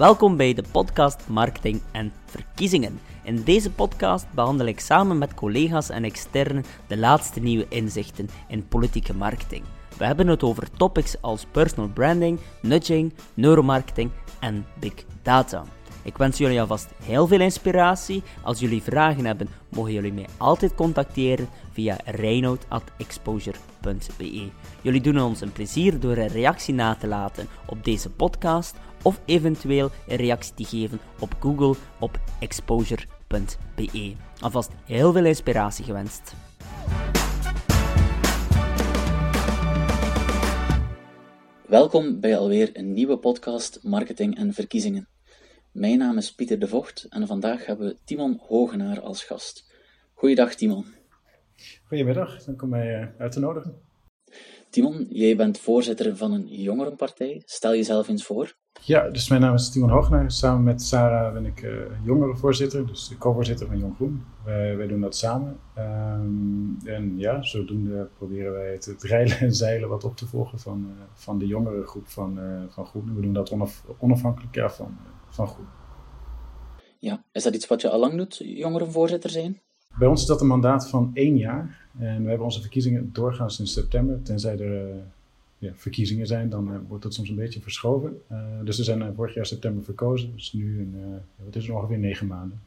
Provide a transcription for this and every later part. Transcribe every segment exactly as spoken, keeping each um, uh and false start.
Welkom bij de podcast Marketing en Verkiezingen. In deze podcast behandel ik samen met collega's en externen de laatste nieuwe inzichten in politieke marketing. We hebben het over topics als personal branding, nudging, neuromarketing en big data. Ik wens jullie alvast heel veel inspiratie. Als jullie vragen hebben, mogen jullie mij altijd contacteren via reinoud at exposure punt b e. Jullie doen ons een plezier door een reactie na te laten op deze podcast of eventueel een reactie te geven op Google op exposure punt b e. Alvast heel veel inspiratie gewenst. Welkom bij alweer een nieuwe podcast Marketing en Verkiezingen. Mijn naam is Pieter de Vocht en vandaag hebben we Timon Hogenaar als gast. Goeiedag Timon. Goedemiddag, dank om mij uh, uit te nodigen. Timon, jij bent voorzitter van een jongerenpartij. Stel jezelf eens voor. Ja, dus mijn naam is Timon Hogenaar. Samen met Sarah ben ik uh, jongerenvoorzitter, dus de co-voorzitter van Jong Groen. Wij, wij doen dat samen. Um, en ja, zodoende proberen wij het, het reilen en zeilen wat op te volgen van, uh, van de jongerengroep van, uh, van Groen. We doen dat onaf, onafhankelijk ja, van, uh, van Groen. Ja, is dat iets wat je al lang doet, jongerenvoorzitter zijn? Bij ons is dat een mandaat van één jaar. En we hebben onze verkiezingen doorgaans in september. Tenzij er uh, ja, verkiezingen zijn, dan uh, wordt dat soms een beetje verschoven. Uh, dus we zijn uh, vorig jaar september verkozen. Dus nu, een, uh, wat is het, ongeveer negen maanden.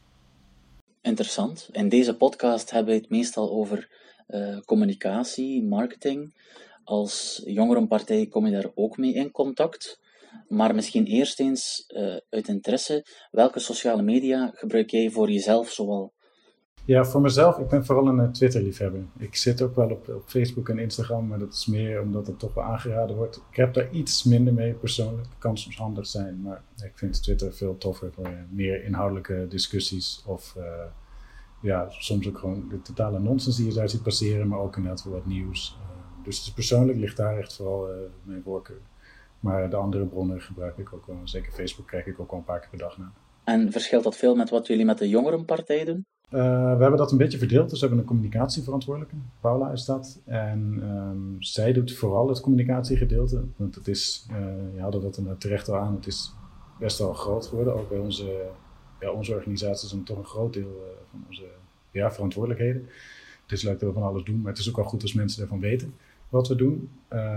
Interessant. In deze podcast hebben we het meestal over uh, communicatie, marketing. Als jongerenpartij kom je daar ook mee in contact. Maar misschien eerst eens uh, uit interesse, welke sociale media gebruik jij voor jezelf zoal? Ja, voor mezelf, ik ben vooral een uh, Twitter-liefhebber. Ik zit ook wel op, op Facebook en Instagram, maar dat is meer omdat het toch wel aangeraden wordt. Ik heb daar iets minder mee persoonlijk. Het kan soms handig zijn, maar ik vind Twitter veel toffer voor uh, meer inhoudelijke discussies. Of uh, ja, soms ook gewoon de totale nonsens die je daar ziet passeren, maar ook inderdaad voor wat nieuws. Uh, dus het persoonlijk ligt daar echt vooral uh, mijn voorkeur. Maar de andere bronnen gebruik ik ook wel. Zeker Facebook kijk ik ook wel een paar keer per dag naar. En verschilt dat veel met wat jullie met de jongerenpartij doen? Uh, we hebben dat een beetje verdeeld, dus we hebben een communicatieverantwoordelijke, Paula is dat. En um, zij doet vooral het communicatiegedeelte, want het is, uh, je haalde dat er terecht al aan, het is best wel groot geworden. Ook bij onze, ja, onze organisatie is dan toch een groot deel uh, van onze ja, verantwoordelijkheden. Het is leuk dat we van alles doen, maar het is ook wel goed als mensen ervan weten wat we doen.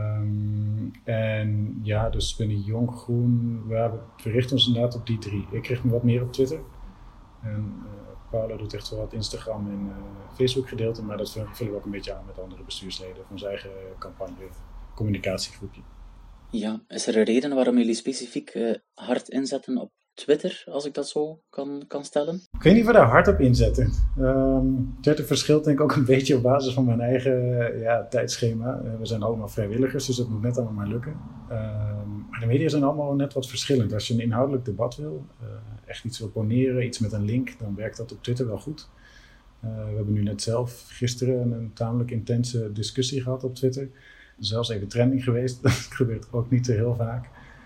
Um, en ja, dus binnen Jong Groen, we, we richten ons inderdaad op die drie. Ik richt me wat meer op Twitter. En uh, Paula doet echt wel wat Instagram en uh, Facebook gedeelte, maar dat vullen we ook een beetje aan met andere bestuursleden van onze eigen campagne, communicatiegroepje. Ja, is er een reden waarom jullie specifiek uh, hard inzetten op Twitter, als ik dat zo kan, kan stellen? Ik weet niet of we daar hard op inzetten. Um, Twitter verschilt denk ik ook een beetje op basis van mijn eigen uh, ja, tijdschema. Uh, we zijn allemaal vrijwilligers, dus dat moet net allemaal maar lukken. Um, maar de media zijn allemaal net wat verschillend. Als je een inhoudelijk debat wil, uh, echt iets wil poneren, iets met een link, dan werkt dat op Twitter wel goed. Uh, we hebben nu net zelf gisteren een, een tamelijk intense discussie gehad op Twitter. Zelfs even trending geweest, dat gebeurt ook niet zo heel vaak.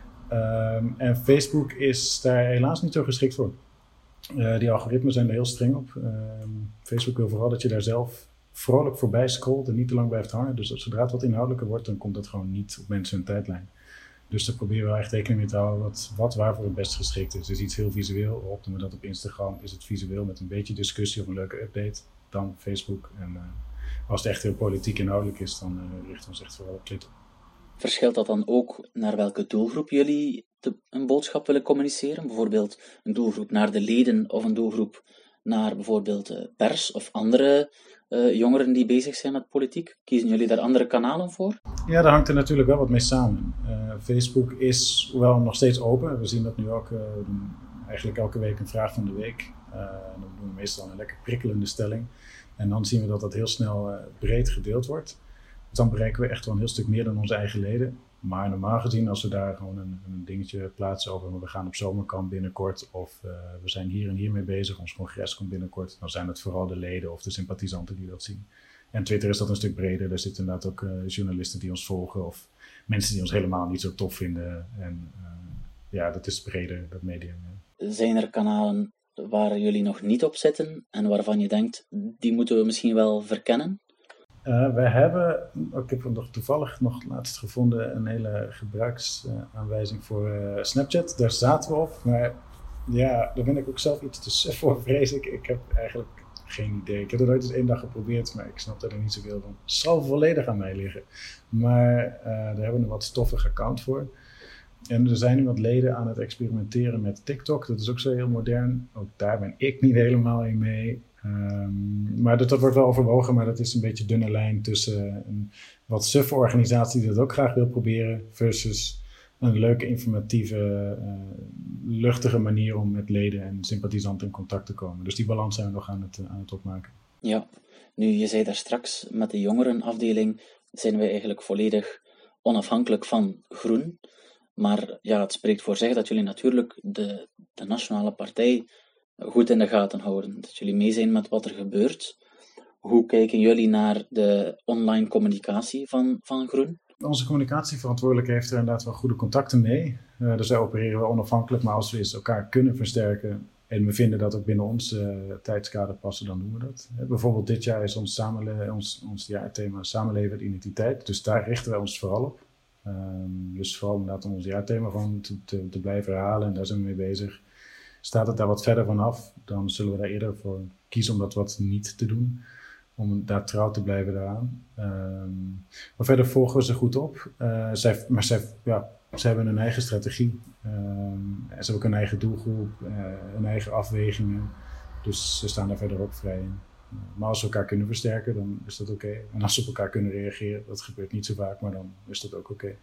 Um, en Facebook is daar helaas niet zo geschikt voor. Uh, die algoritmen zijn er heel streng op. Um, Facebook wil vooral dat je daar zelf vrolijk voorbij scrolt en niet te lang blijft hangen. Dus zodra het wat inhoudelijker wordt, dan komt dat gewoon niet op mensen hun tijdlijn. Dus daar proberen we echt rekening mee te houden wat, wat waarvoor het best geschikt is. Dus iets heel visueel, op doen we dat op Instagram. Is het visueel met een beetje discussie of een leuke update, dan Facebook. En uh, als het echt heel politiek inhoudelijk is, dan uh, richten we ons echt vooral op Twitter. Verschilt dat dan ook naar welke doelgroep jullie de, een boodschap willen communiceren? Bijvoorbeeld een doelgroep naar de leden of een doelgroep naar bijvoorbeeld uh, pers of andere uh, jongeren die bezig zijn met politiek? Kiezen jullie daar andere kanalen voor? Ja, daar hangt er natuurlijk wel wat mee samen. Uh, Facebook is wel nog steeds open. We zien dat nu ook, uh, we doen eigenlijk elke week een vraag van de week. Uh, dan doen we meestal een lekker prikkelende stelling. En dan zien we dat dat heel snel uh, breed gedeeld wordt. Dan bereiken we echt wel een heel stuk meer dan onze eigen leden. Maar normaal gezien, als we daar gewoon een, een dingetje plaatsen over, we gaan op zomerkamp binnenkort of uh, we zijn hier en hier mee bezig, ons congres komt binnenkort, dan zijn het vooral de leden of de sympathisanten die dat zien. En Twitter is dat een stuk breder. Daar zitten inderdaad ook uh, journalisten die ons volgen of mensen die ons helemaal niet zo tof vinden. En uh, ja, dat is breder, dat medium. Ja. Zijn er kanalen waar jullie nog niet op zitten en waarvan je denkt, die moeten we misschien wel verkennen? Uh, we hebben, ik heb nog toevallig nog laatst gevonden, een hele gebruiksaanwijzing uh, voor uh, Snapchat. Daar zaten we op, maar ja, daar ben ik ook zelf iets te suf voor, vrees ik. Ik heb eigenlijk geen idee. Ik heb het nooit eens één dag geprobeerd, maar ik snap er niet zoveel van. Het zal volledig aan mij liggen. Maar uh, daar hebben we een wat stoffig account voor. En er zijn nu wat leden aan het experimenteren met TikTok. Dat is ook zo heel modern. Ook daar ben ik niet helemaal in mee. Um, maar dat, dat wordt wel overwogen, maar dat is een beetje dunne lijn tussen een wat suffe organisatie die dat ook graag wil proberen versus een leuke, informatieve, uh, luchtige manier om met leden en sympathisanten in contact te komen. Dus die balans zijn we nog aan het, uh, aan het opmaken. Ja, nu je zei daar straks, met de jongerenafdeling zijn wij eigenlijk volledig onafhankelijk van Groen. Maar ja, het spreekt voor zich dat jullie natuurlijk de, de nationale partij goed in de gaten houden. Dat jullie mee zijn met wat er gebeurt. Hoe kijken jullie naar de online communicatie van, van Groen? Onze communicatieverantwoordelijke heeft er inderdaad wel goede contacten mee. Uh, dus wij opereren wel onafhankelijk, maar als we eens elkaar kunnen versterken en we vinden dat ook binnen ons uh, tijdskader passen, dan doen we dat. Uh, bijvoorbeeld dit jaar is ons, samenle- ons, ons jaarthema Samenleven en Identiteit. Dus daar richten wij ons vooral op. Um, dus vooral inderdaad om ons jaarthema van te, te, te blijven herhalen en daar zijn we mee bezig. Staat het daar wat verder vanaf, dan zullen we daar eerder voor kiezen om dat wat niet te doen. Om daar trouw te blijven daaraan. Um, maar verder volgen we ze goed op. Uh, zij, maar zij, ja, zij hebben een eigen strategie. Um, ze hebben ook een eigen doelgroep, uh, een eigen afwegingen. Dus ze staan daar verder ook vrij in. Uh, maar als we elkaar kunnen versterken, dan is dat oké. Okay. En als ze op elkaar kunnen reageren, dat gebeurt niet zo vaak, maar dan is dat ook oké. Okay.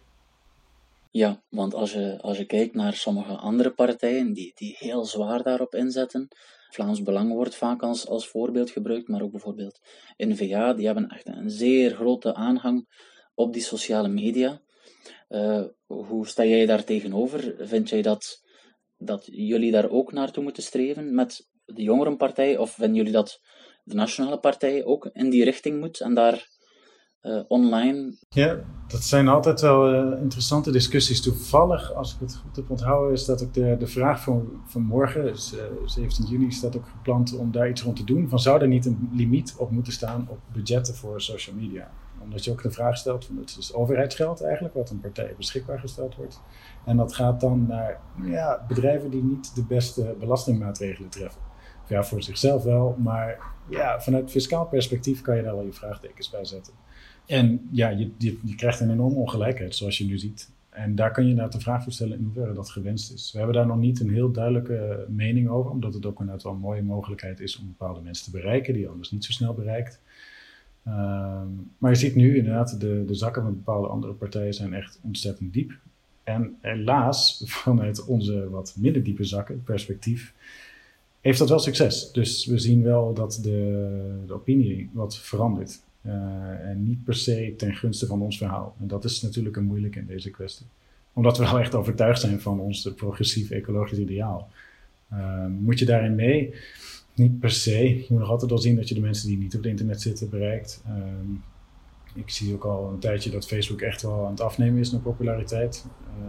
Ja, want als je, als je kijkt naar sommige andere partijen die, die heel zwaar daarop inzetten, Vlaams Belang wordt vaak als, als voorbeeld gebruikt, maar ook bijvoorbeeld N V A, die hebben echt een zeer grote aanhang op die sociale media. Uh, hoe sta jij daar tegenover? Vind jij dat, dat jullie daar ook naartoe moeten streven met de jongerenpartij, of vinden jullie dat de nationale partij ook in die richting moet en daar Uh, online? Ja, dat zijn altijd wel uh, interessante discussies. Toevallig, als ik het goed heb onthouden, is dat ook de, de vraag van, van morgen, dus, uh, zeventien juni, staat ook gepland om daar iets rond te doen. Van, zou er niet een limiet op moeten staan op budgetten voor social media? Omdat je ook de vraag stelt, van, het is overheidsgeld eigenlijk, wat een partij beschikbaar gesteld wordt. En dat gaat dan naar ja, bedrijven die niet de beste belastingmaatregelen treffen. Of ja, voor zichzelf wel, maar ja, vanuit fiscaal perspectief kan je daar wel je vraagtekens bij zetten. En ja, je, je, je krijgt een enorme ongelijkheid, zoals je nu ziet. En daar kan je inderdaad de vraag voor stellen in hoeverre dat gewenst is. We hebben daar nog niet een heel duidelijke mening over, omdat het ook inderdaad wel een mooie mogelijkheid is om bepaalde mensen te bereiken, die je anders niet zo snel bereikt. Um, maar je ziet nu inderdaad, de, de zakken van bepaalde andere partijen zijn echt ontzettend diep. En helaas, vanuit onze wat minder diepe zakken, perspectief, heeft dat wel succes. Dus we zien wel dat de, de opinie wat verandert. Uh, en niet per se ten gunste van ons verhaal. En dat is natuurlijk een moeilijke in deze kwestie. Omdat we wel echt overtuigd zijn van ons progressief ecologisch ideaal. Uh, moet je daarin mee? Niet per se. Je moet nog altijd wel zien dat je de mensen die niet op het internet zitten bereikt. Uh, ik zie ook al een tijdje dat Facebook echt wel aan het afnemen is naar populariteit. Uh,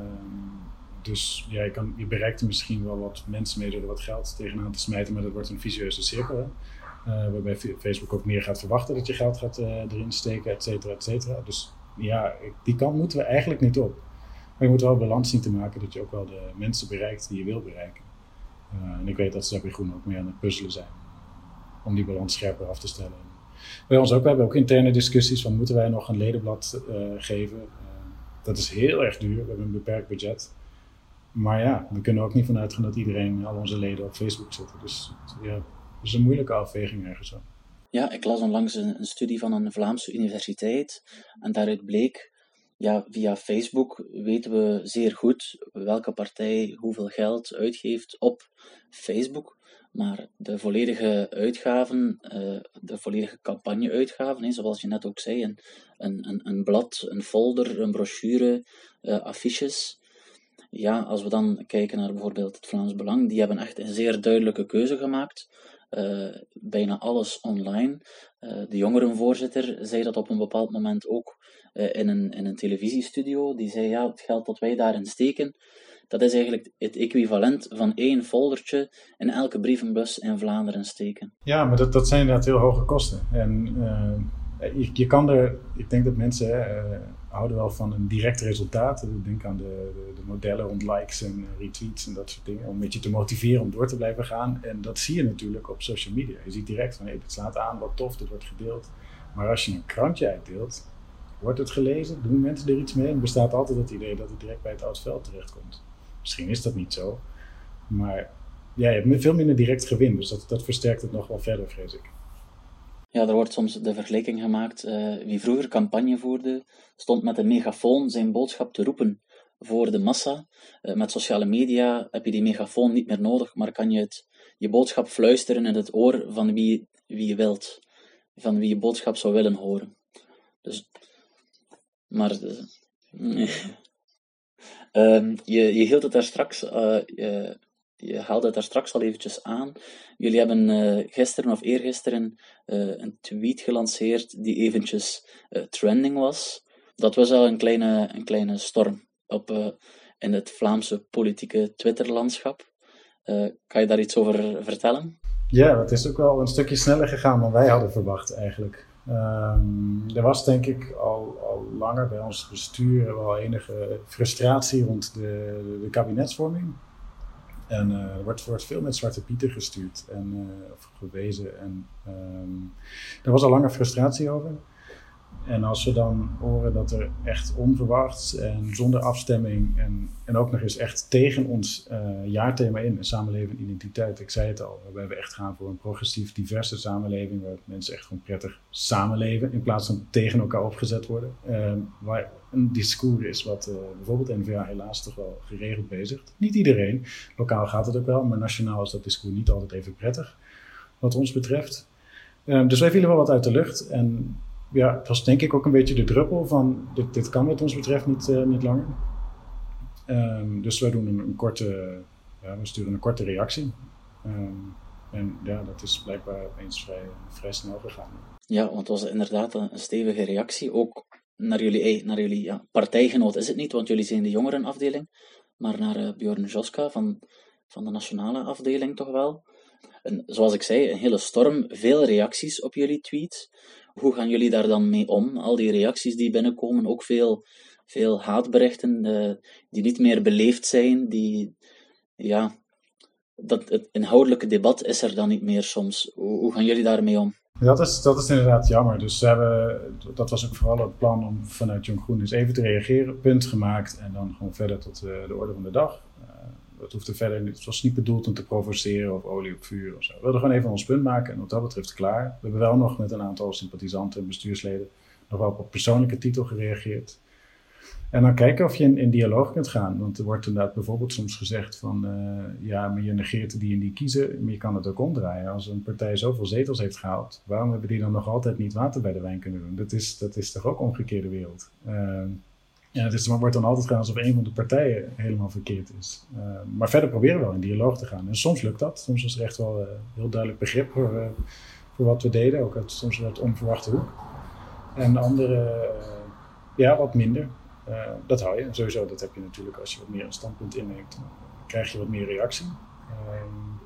dus ja, je, kan, je bereikt er misschien wel wat mensen mee door er wat geld tegenaan te smijten. Maar dat wordt een vicieuze cirkel. Hè? Uh, waarbij Facebook ook meer gaat verwachten dat je geld gaat uh, erin steken, et cetera, et cetera. Dus ja, die kant moeten we eigenlijk niet op. Maar je moet wel balans zien te maken dat je ook wel de mensen bereikt die je wil bereiken. Uh, en ik weet dat ze daar bij Groen ook mee aan het puzzelen zijn. Om die balans scherper af te stellen. Bij ons ook, we hebben ook interne discussies van moeten wij nog een ledenblad uh, geven. Uh, dat is heel erg duur, we hebben een beperkt budget. Maar ja, we kunnen ook niet vanuit gaan dat iedereen, al onze leden op Facebook zitten. Dus ja... Dat is een moeilijke afweging ergens wel. Ja, ik las onlangs een, een studie van een Vlaamse universiteit en daaruit bleek, ja, via Facebook weten we zeer goed welke partij hoeveel geld uitgeeft op Facebook, maar de volledige uitgaven, uh, de volledige campagne-uitgaven, hè, zoals je net ook zei, een, een, een blad, een folder, een brochure, uh, affiches. Ja, als we dan kijken naar bijvoorbeeld het Vlaams Belang, die hebben echt een zeer duidelijke keuze gemaakt. Uh, bijna alles online. Uh, de jongerenvoorzitter zei dat op een bepaald moment ook uh, in, een, in een televisiestudio. Die zei, ja, het geld dat wij daarin steken, dat is eigenlijk het equivalent van één foldertje in elke brievenbus in Vlaanderen steken. Ja, maar dat, dat zijn inderdaad heel hoge kosten. En uh, je, je kan er, ik denk dat mensen hè, uh, houden wel van een direct resultaat. Ik denk aan de, de, de modellen rond likes en retweets en dat soort dingen. Om een beetje te motiveren om door te blijven gaan. En dat zie je natuurlijk op social media. Je ziet direct van, hé, dit slaat aan, wat tof, dit wordt gedeeld. Maar als je een krantje uitdeelt, wordt het gelezen, doen mensen er iets mee. En er bestaat altijd het idee dat het direct bij het oud veld terechtkomt. Misschien is dat niet zo. Maar ja, je hebt veel minder direct gewin. Dus dat, dat versterkt het nog wel verder, vrees ik. Ja, er wordt soms de vergelijking gemaakt. Uh, wie vroeger campagne voerde, stond met een megafoon zijn boodschap te roepen voor de massa. Uh, met sociale media heb je die megafoon niet meer nodig, maar kan je het, je boodschap fluisteren in het oor van wie, wie je wilt. Van wie je boodschap zou willen horen. Dus, maar... Uh, nee. uh, je, je hield het daar straks... Uh, je, Je haalde het daar straks al eventjes aan. Jullie hebben uh, gisteren of eergisteren uh, een tweet gelanceerd die eventjes uh, trending was. Dat was al een kleine, een kleine storm op, uh, in het Vlaamse politieke Twitterlandschap. Uh, kan je daar iets over vertellen? Ja, dat is ook wel een stukje sneller gegaan dan wij hadden verwacht eigenlijk. Um, er was denk ik al, al langer bij ons bestuur wel enige frustratie rond de, de kabinetsvorming. En uh, er wordt, wordt veel met Zwarte Pieten gestuurd en uh, of gewezen. En um, daar was al lange frustratie over. En als we dan horen dat er echt onverwachts en zonder afstemming en, en ook nog eens echt tegen ons uh, jaarthema in, samenleving en identiteit. Ik zei het al, waarbij we echt gaan voor een progressief, diverse samenleving waar mensen echt gewoon prettig samenleven in plaats van tegen elkaar opgezet worden. Uh, waar een discours is wat uh, bijvoorbeeld N V A helaas toch wel geregeld bezigt. Niet iedereen, lokaal gaat het ook wel, maar nationaal is dat discours niet altijd even prettig wat ons betreft. Uh, dus wij vielen wel wat uit de lucht en ja, het was denk ik ook een beetje de druppel van dit, dit kan wat ons betreft niet, uh, niet langer. Um, dus wij doen een, een korte, ja, we sturen een korte reactie. Um, en ja, dat is blijkbaar opeens vrij, vrij snel gegaan. Ja, want het was inderdaad een, een stevige reactie. Ook naar jullie, naar jullie ja, partijgenoot is het niet, want jullie zijn de jongerenafdeling. Maar naar uh, Bjorn Joska van, van de nationale afdeling toch wel. En zoals ik zei, een hele storm, veel reacties op jullie tweets. Hoe gaan jullie daar dan mee om? Al die reacties die binnenkomen, ook veel, veel haatberichten uh, die niet meer beleefd zijn. Die, ja, dat, het inhoudelijke debat is er dan niet meer soms. Hoe, hoe gaan jullie daarmee om? Dat is, dat is inderdaad jammer. Dus we hebben, dat was ook vooral het plan om vanuit Jong Groen eens even te reageren, punt gemaakt en dan gewoon verder tot uh, de orde van de dag. Uh, dat hoefde verder niet, het was niet bedoeld om te provoceren of olie op vuur of zo. We wilden gewoon even ons punt maken en wat dat betreft klaar. We hebben wel nog met een aantal sympathisanten en bestuursleden nog wel op persoonlijke titel gereageerd. En dan kijken of je in, in dialoog kunt gaan. Want er wordt inderdaad bijvoorbeeld soms gezegd van uh, ja, maar je negeert die en die kiezen, maar je kan het ook omdraaien. Als een partij zoveel zetels heeft gehaald, waarom hebben die dan nog altijd niet water bij de wijn kunnen doen? Dat is, dat is toch ook omgekeerde wereld. Uh, ja, dus het wordt dan altijd gedaan alsof een van de partijen helemaal verkeerd is. Uh, maar verder proberen we wel in dialoog te gaan. En soms lukt dat. Soms is er echt wel uh, heel duidelijk begrip voor, uh, voor wat we deden. Ook uit soms uit onverwachte hoek. En andere, uh, ja, wat minder. Uh, dat hou je. Sowieso, dat heb je natuurlijk als je wat meer een standpunt inneemt. Dan krijg je wat meer reactie. Uh,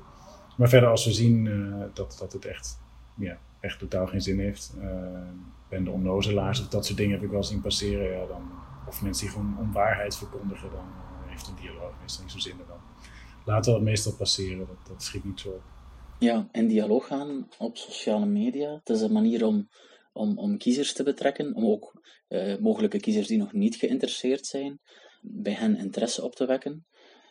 maar verder als we zien uh, dat, dat het echt, ja, echt totaal geen zin heeft. Uh, en de onnozelaars of dat soort dingen heb ik wel zien passeren. Ja, dan, of mensen die gewoon onwaarheid verkondigen, dan uh, heeft een dialoog meestal niet zo zin dan. Laten we dat meestal passeren, dat, dat schiet niet zo op. Ja, in dialoog gaan op sociale media. Het is een manier om Om, om kiezers te betrekken, om ook uh, mogelijke kiezers die nog niet geïnteresseerd zijn, bij hen interesse op te wekken.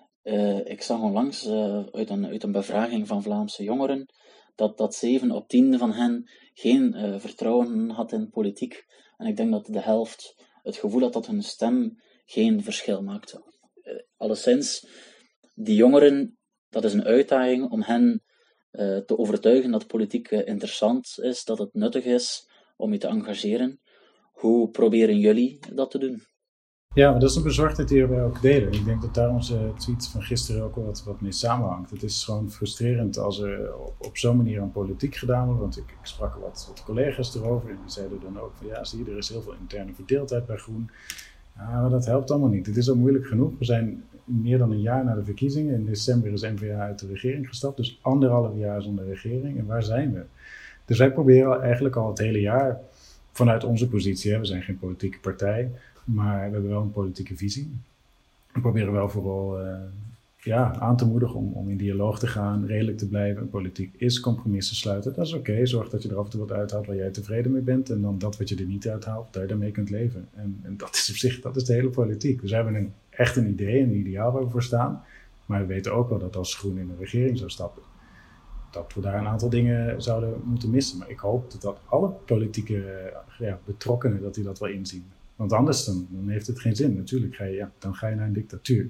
Uh, ik zag onlangs uh, uit, een, uit een bevraging van Vlaamse jongeren dat, dat zeven op tien van hen geen uh, vertrouwen had in politiek. En ik denk dat de helft het gevoel had dat hun stem geen verschil maakte. Uh, alleszins, die jongeren, dat is een uitdaging om hen uh, te overtuigen dat politiek uh, interessant is, dat het nuttig is om je te engageren. Hoe proberen jullie dat te doen? Ja, maar dat is een bezorgdheid die wij ook delen. Ik denk dat daar onze tweet van gisteren ook wel wat, wat mee samenhangt. Het is gewoon frustrerend als er op, op zo'n manier aan politiek gedaan wordt. Want ik, ik sprak wat, wat collega's erover en die zeiden dan ook van ja, zie je, er is heel veel interne verdeeldheid bij Groen. Ja, maar dat helpt allemaal niet. Het is al moeilijk genoeg. We zijn meer dan een jaar na de verkiezingen. In december is N V A uit de regering gestapt. Dus anderhalf jaar zonder regering. En waar zijn we? Dus wij proberen eigenlijk al het hele jaar vanuit onze positie, hè, we zijn geen politieke partij, maar we hebben wel een politieke visie. We proberen wel vooral uh, ja, aan te moedigen om, om in dialoog te gaan, redelijk te blijven. Politiek is compromissen sluiten, dat is oké. Okay. Zorg dat je er af en toe wat uithaalt waar jij tevreden mee bent. En dan dat wat je er niet uithaalt, dat je daarmee kunt leven. En, en dat is op zich, dat is de hele politiek. Dus we hebben een, echt een idee, een ideaal waar we voor staan. Maar we weten ook wel dat als Groen in de regering zou stappen, dat we daar een aantal dingen zouden moeten missen. Maar ik hoop dat, dat alle politieke ja, betrokkenen dat die dat wel inzien. Want anders dan, dan heeft het geen zin. Natuurlijk ga je, ja, dan ga je naar een dictatuur.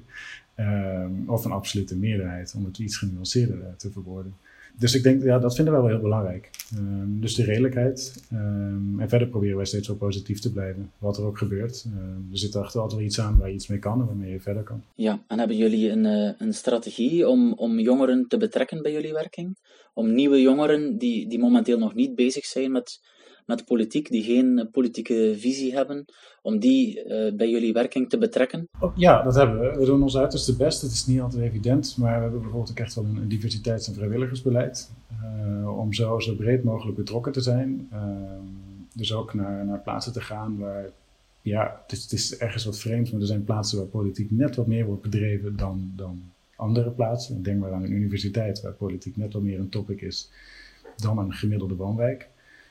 Um, of een absolute meerderheid, om het iets genuanceerder uh, te verwoorden. Dus ik denk, ja, dat vinden we wel heel belangrijk. Um, dus de redelijkheid. Um, en verder proberen wij steeds zo positief te blijven, wat er ook gebeurt. Um, er zit achter altijd wel iets aan waar je iets mee kan en waarmee je verder kan. Ja, en hebben jullie een, uh, een strategie om, om jongeren te betrekken bij jullie werking? Om nieuwe jongeren die, die momenteel nog niet bezig zijn met... met politiek, die geen politieke visie hebben, om die uh, bij jullie werking te betrekken? Oh, ja, dat hebben we. We doen ons uiterste best. Het is niet altijd evident, maar we hebben bijvoorbeeld ook echt wel een, een diversiteits- en vrijwilligersbeleid. Uh, om zo, zo breed mogelijk betrokken te zijn. Uh, dus ook naar, naar plaatsen te gaan waar, ja, het is, het is ergens wat vreemd, maar er zijn plaatsen waar politiek net wat meer wordt bedreven dan, dan andere plaatsen. Denk maar aan een universiteit waar politiek net wat meer een topic is dan een gemiddelde woonwijk.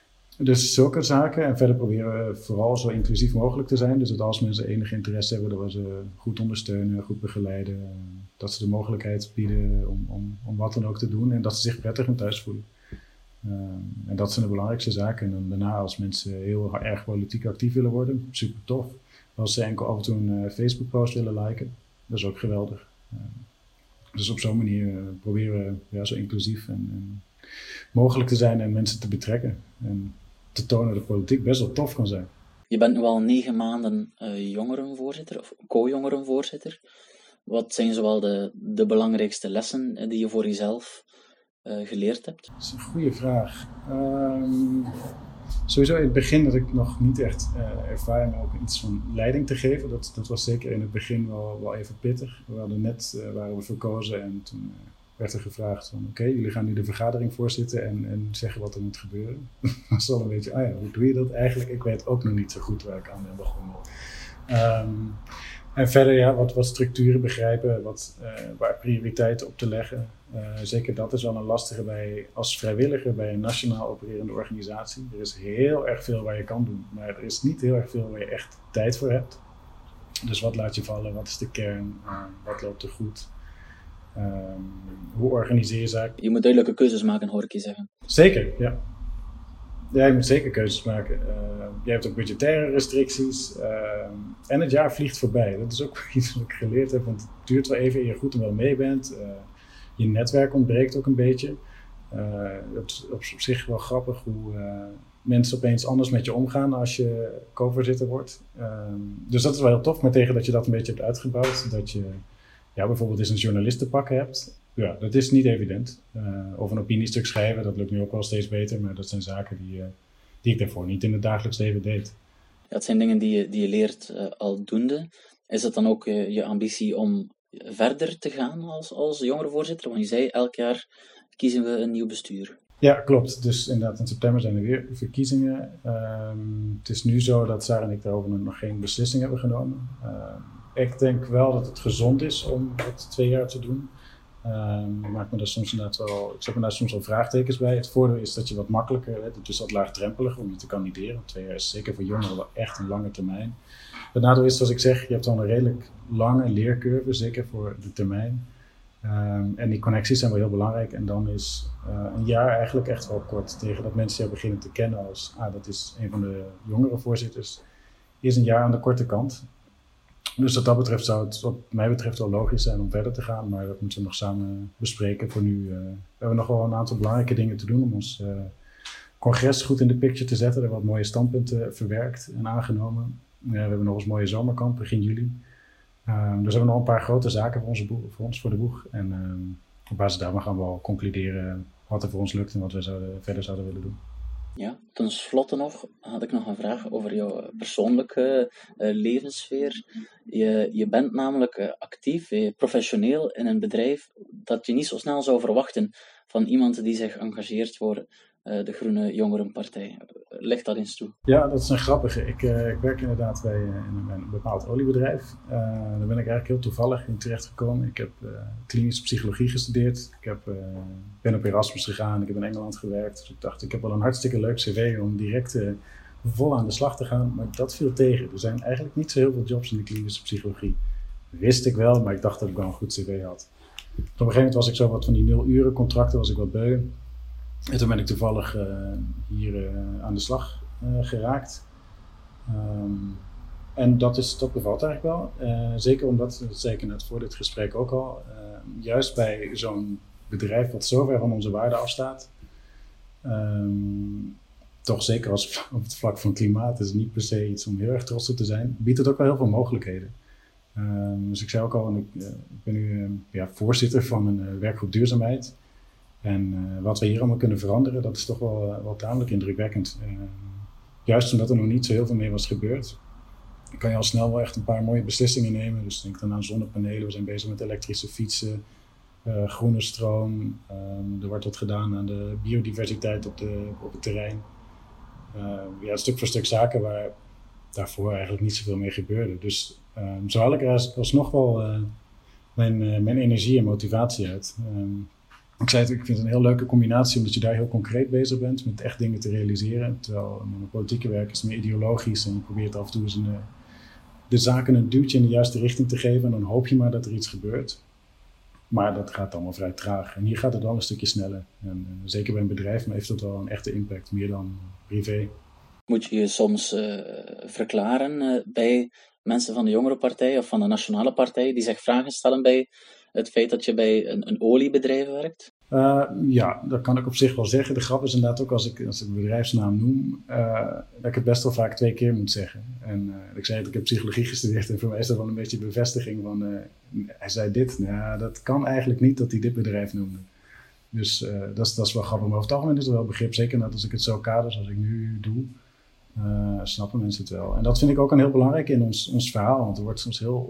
Dus zulke zaken. En verder proberen we vooral zo inclusief mogelijk te zijn. Dus dat als mensen enige interesse hebben, dat we ze goed ondersteunen, goed begeleiden. Dat ze de mogelijkheid bieden om, om, om wat dan ook te doen. En dat ze zich prettig en thuis voelen. Uh, en dat zijn de belangrijkste zaken. En dan daarna, als mensen heel erg politiek actief willen worden, super tof. Als ze enkel af en toe een uh, Facebook post willen liken, dat is ook geweldig. Uh, dus op zo'n manier uh, proberen we ja, zo inclusief en, en mogelijk te zijn en mensen te betrekken. En te tonen dat politiek best wel tof kan zijn. Je bent nu al negen maanden uh, jongerenvoorzitter, of co-jongerenvoorzitter. Wat zijn zoal de, de belangrijkste lessen die je voor jezelf uh, geleerd hebt? Dat is een goede vraag. Um, sowieso in het begin dat ik nog niet echt uh, ervaring heb om iets van leiding te geven. Dat, dat was zeker in het begin wel, wel even pittig. We hadden net, uh, waren we verkozen en toen... Uh, werd er gevraagd van, oké, okay, jullie gaan nu de vergadering voorzitten en, en zeggen wat er moet gebeuren. Dat is al een beetje, ah ja, hoe doe je dat eigenlijk? Ik weet ook nog niet zo goed waar ik aan ben begonnen. Um, en verder, ja, wat, wat structuren begrijpen, wat, uh, waar prioriteiten op te leggen. Uh, zeker dat is wel een lastige bij, als vrijwilliger bij een nationaal opererende organisatie. Er is heel erg veel waar je kan doen, maar er is niet heel erg veel waar je echt tijd voor hebt. Dus wat laat je vallen, wat is de kern, uh, wat loopt er goed? Um, hoe organiseer je zaken? Je moet duidelijke keuzes maken, hoor ik je zeggen. Zeker, ja. Ja, je moet zeker keuzes maken. Uh, je hebt ook budgettaire restricties. Uh, en het jaar vliegt voorbij. Dat is ook iets wat ik geleerd heb. Want het duurt wel even eer je goed en wel mee bent. Uh, je netwerk ontbreekt ook een beetje. Uh, het is op zich wel grappig hoe uh, mensen opeens anders met je omgaan als je co-voorzitter wordt. Uh, dus dat is wel heel tof. Maar tegen dat je dat een beetje hebt uitgebouwd. Dat je... Ja, bijvoorbeeld eens een journalist te pakken hebt. Ja, dat is niet evident. Uh, of een opiniestuk schrijven, dat lukt nu ook wel steeds beter. Maar dat zijn zaken die, uh, die ik daarvoor niet in het dagelijks leven deed. Ja, het zijn dingen die je, die je leert uh, aldoende. Is het dan ook uh, je ambitie om verder te gaan als, als jongerenvoorzitter? Want je zei, elk jaar kiezen we een nieuw bestuur. Ja, klopt. Dus inderdaad, in september zijn er weer verkiezingen. Um, het is nu zo dat Sarah en ik daarover nog geen beslissing hebben genomen. Um, Ik denk wel dat het gezond is om het twee jaar te doen. Um, ik maak me daar soms inderdaad wel, ik zet me daar soms wel vraagtekens bij. Het voordeel is dat je wat makkelijker, het is wat laagdrempeliger om je te kandideren. Twee jaar is zeker voor jongeren wel echt een lange termijn. Het nadeel is, zoals ik zeg, je hebt dan een redelijk lange leercurve, zeker voor de termijn. Um, en die connecties zijn wel heel belangrijk. En dan is uh, een jaar eigenlijk echt wel kort tegen dat mensen jou beginnen te kennen als, ah, dat is een van de jongere voorzitters, is een jaar aan de korte kant. Dus wat dat betreft zou het wat mij betreft wel logisch zijn om verder te gaan, maar dat moeten we nog samen bespreken. Voor nu uh, we hebben nog wel een aantal belangrijke dingen te doen om ons uh, congres goed in de picture te zetten. Er wat mooie standpunten verwerkt en aangenomen. Uh, we hebben nog eens mooie zomerkamp begin juli. Uh, dus we hebben nog een paar grote zaken voor, onze boeg, voor ons voor de boeg. En uh, op basis daarvan gaan we wel concluderen wat er voor ons lukt en wat we zouden, verder zouden willen doen. Ja, ten slotte nog had ik nog een vraag over jouw persoonlijke uh, levenssfeer. Je, je bent namelijk uh, actief, uh, professioneel in een bedrijf dat je niet zo snel zou verwachten van iemand die zich engageert voor uh, de Groene Jongerenpartij. Leg dat eens toe. Ja, dat is een grappige. Ik, uh, ik werk inderdaad bij, uh, in een bepaald oliebedrijf. Uh, daar ben ik eigenlijk heel toevallig in terechtgekomen. Ik heb uh, klinische psychologie gestudeerd. Ik heb, uh, ben op Erasmus gegaan. Ik heb in Engeland gewerkt. Dus ik dacht, ik heb wel een hartstikke leuk cv om direct uh, vol aan de slag te gaan. Maar dat viel tegen. Er zijn eigenlijk niet zo heel veel jobs in de klinische psychologie. Dat wist ik wel, maar ik dacht dat ik wel een goed cv had. Op een gegeven moment was ik zo wat van die nul-uren contracten, was ik wat beu. En toen ben ik toevallig uh, hier uh, aan de slag uh, geraakt. Um, en dat, is, dat bevalt eigenlijk wel. Uh, zeker omdat, dat zei ik net voor dit gesprek ook al, uh, juist bij zo'n bedrijf wat zo ver van onze waarden afstaat, um, toch zeker als op het vlak van klimaat is het niet per se iets om heel erg trots op te zijn, biedt het ook wel heel veel mogelijkheden. Um, dus ik zei ook al, en ik, uh, ik ben nu uh, ja, voorzitter van een uh, werkgroep duurzaamheid. En uh, wat we hier allemaal kunnen veranderen, dat is toch wel, uh, wel tamelijk indrukwekkend. Uh, juist omdat er nog niet zo heel veel mee was gebeurd, kan je al snel wel echt een paar mooie beslissingen nemen. Dus denk dan aan zonnepanelen, we zijn bezig met elektrische fietsen, uh, groene stroom. Um, er wordt wat gedaan aan de biodiversiteit op, de, op het terrein. Uh, ja, stuk voor stuk zaken waar daarvoor eigenlijk niet zoveel mee gebeurde. Dus um, zo haal ik er alsnog wel uh, mijn, uh, mijn energie en motivatie uit. Um, Ik zei het, ik vind het een heel leuke combinatie, omdat je daar heel concreet bezig bent met echt dingen te realiseren. Terwijl mijn politieke werk is meer ideologisch en je probeert af en toe eens een, de zaken een duwtje in de juiste richting te geven. En dan hoop je maar dat er iets gebeurt. Maar dat gaat allemaal vrij traag. En hier gaat het wel een stukje sneller. En uh, zeker bij een bedrijf, maar heeft dat wel een echte impact, meer dan privé. Moet je je soms uh, verklaren uh, bij mensen van de Jongerenpartij of van de Nationale Partij die zich vragen stellen bij het feit dat je bij een, een oliebedrijf werkt? Uh, ja, dat kan ik op zich wel zeggen. De grap is inderdaad ook als ik, als ik de bedrijfsnaam noem, uh, dat ik het best wel vaak twee keer moet zeggen. En uh, ik zei het, ik heb psychologie gestudeerd en voor mij is dat wel een beetje bevestiging van, uh, hij zei dit. Nou, dat kan eigenlijk niet dat hij dit bedrijf noemde. Dus uh, dat, is, dat is wel grappig. Maar over het algemeen is er wel begrip, zeker net als ik het zo kader zoals ik nu doe, uh, snappen mensen het wel. En dat vind ik ook een heel belangrijk in ons, ons verhaal, want er wordt soms heel,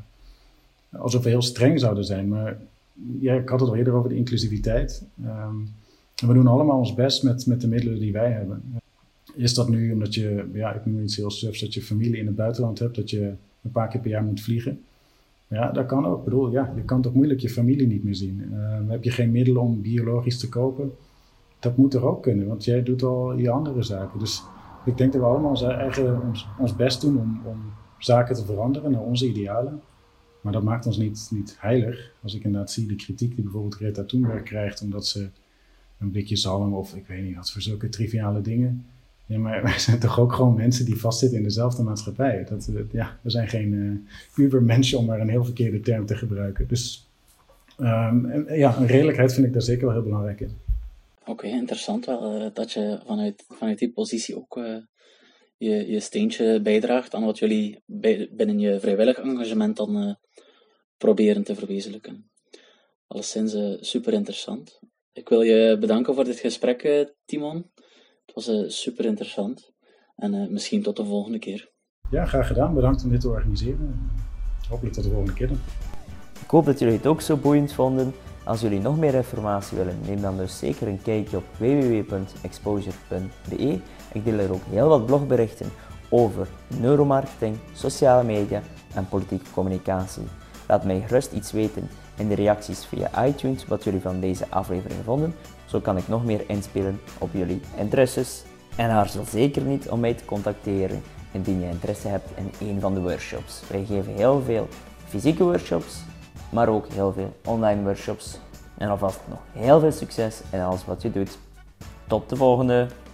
uh, alsof we heel streng zouden zijn, maar ja, ik had het al eerder over de inclusiviteit. Um, en we doen allemaal ons best met, met de middelen die wij hebben. Is dat nu omdat je, ja, ik noem iets heel sufs, dat je familie in het buitenland hebt, dat je een paar keer per jaar moet vliegen? Ja, dat kan ook. Ik bedoel, ja, je kan toch moeilijk je familie niet meer zien. Uh, heb je geen middelen om biologisch te kopen? Dat moet er ook kunnen, want jij doet al je andere zaken. Dus ik denk dat we allemaal ons, eigen, ons, ons best doen om, om zaken te veranderen naar onze idealen. Maar dat maakt ons niet, niet heilig. Als ik inderdaad zie de kritiek die bijvoorbeeld Greta Thunberg krijgt, omdat ze een blikje zalm of ik weet niet wat voor zulke triviale dingen. Ja, maar wij zijn toch ook gewoon mensen die vastzitten in dezelfde maatschappij. Dat, ja, we zijn geen uh, ubermenschen om maar een heel verkeerde term te gebruiken. Dus um, en, ja, een redelijkheid vind ik daar zeker wel heel belangrijk in. Oké, okay, interessant wel uh, dat je vanuit, vanuit die positie ook uh, je, je steentje bijdraagt aan wat jullie bij, binnen je vrijwillig engagement dan uh, proberen te verwezenlijken. Alleszins uh, super interessant. Ik wil je bedanken voor dit gesprek, uh, Timon. Het was uh, super interessant. En uh, misschien tot de volgende keer. Ja, graag gedaan. Bedankt om dit te organiseren. Hopelijk tot de volgende keer dan. Ik hoop dat jullie het ook zo boeiend vonden. Als jullie nog meer informatie willen, neem dan dus zeker een kijkje op w w w punt exposure punt b e. Ik deel er ook heel wat blogberichten over neuromarketing, sociale media en politieke communicatie. Laat mij gerust iets weten in de reacties via iTunes wat jullie van deze aflevering vonden. Zo kan ik nog meer inspelen op jullie interesses. En aarzel zeker niet om mij te contacteren indien je interesse hebt in een van de workshops. Wij geven heel veel fysieke workshops, maar ook heel veel online workshops. En alvast nog heel veel succes in alles wat je doet. Tot de volgende!